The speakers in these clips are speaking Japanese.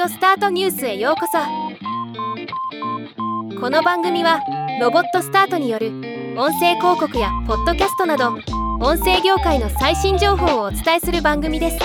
オスタートニュースへようこそ。この番組はロボットスタートによる音声広告やポッドキャストなど音声業界の最新情報をお伝えする番組です。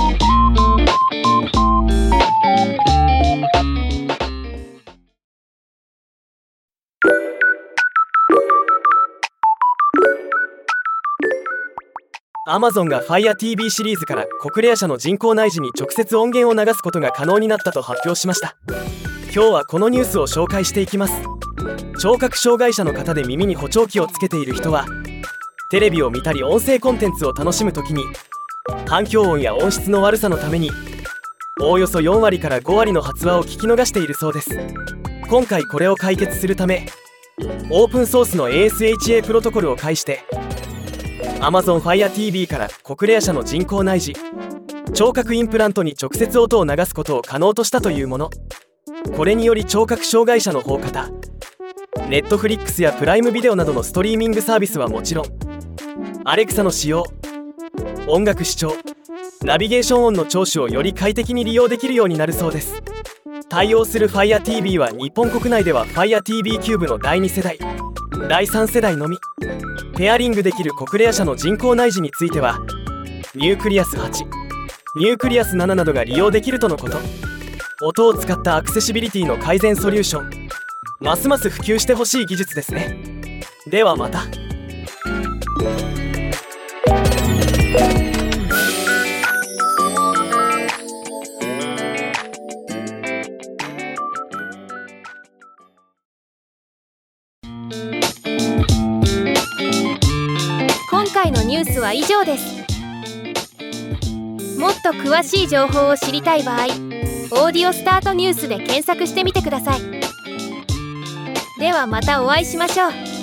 Amazon が Fire TV シリーズからコクレア社の人工内耳に直接音源を流すことが可能になったと発表しました。今日はこのニュースを紹介していきます。聴覚障害者の方で耳に補聴器をつけている人は、テレビを見たり音声コンテンツを楽しむときに反響音や音質の悪さのためにおおよそ4割から5割の発話を聞き逃しているそうです。今回これを解決するため、オープンソースの ASHA プロトコルを介して Amazon Fire TV からコクレア社の人工内耳聴覚インプラントに直接音を流すことを可能としたというもの。これにより聴覚障害者の方方、Netflix やプライムビデオなどのストリーミングサービスはもちろん、Alexa の使用、音楽視聴、ナビゲーション音の聴取をより快適に利用できるようになるそうです。対応する Fire TV は日本国内では Fire TV キューブの第2世代、第3世代のみ。ペアリングできるコクレア社の人工内耳についてはニュークリアス8、ニュークリアス7などが利用できるとのこと。音を使ったアクセシビリティの改善ソリューション、ますます普及してほしい技術ですね。ではまた。 今回のニュースは以上です。もっと詳しい情報を知りたい場合、オーディオスタートニュースで検索してみてください。ではまたお会いしましょう。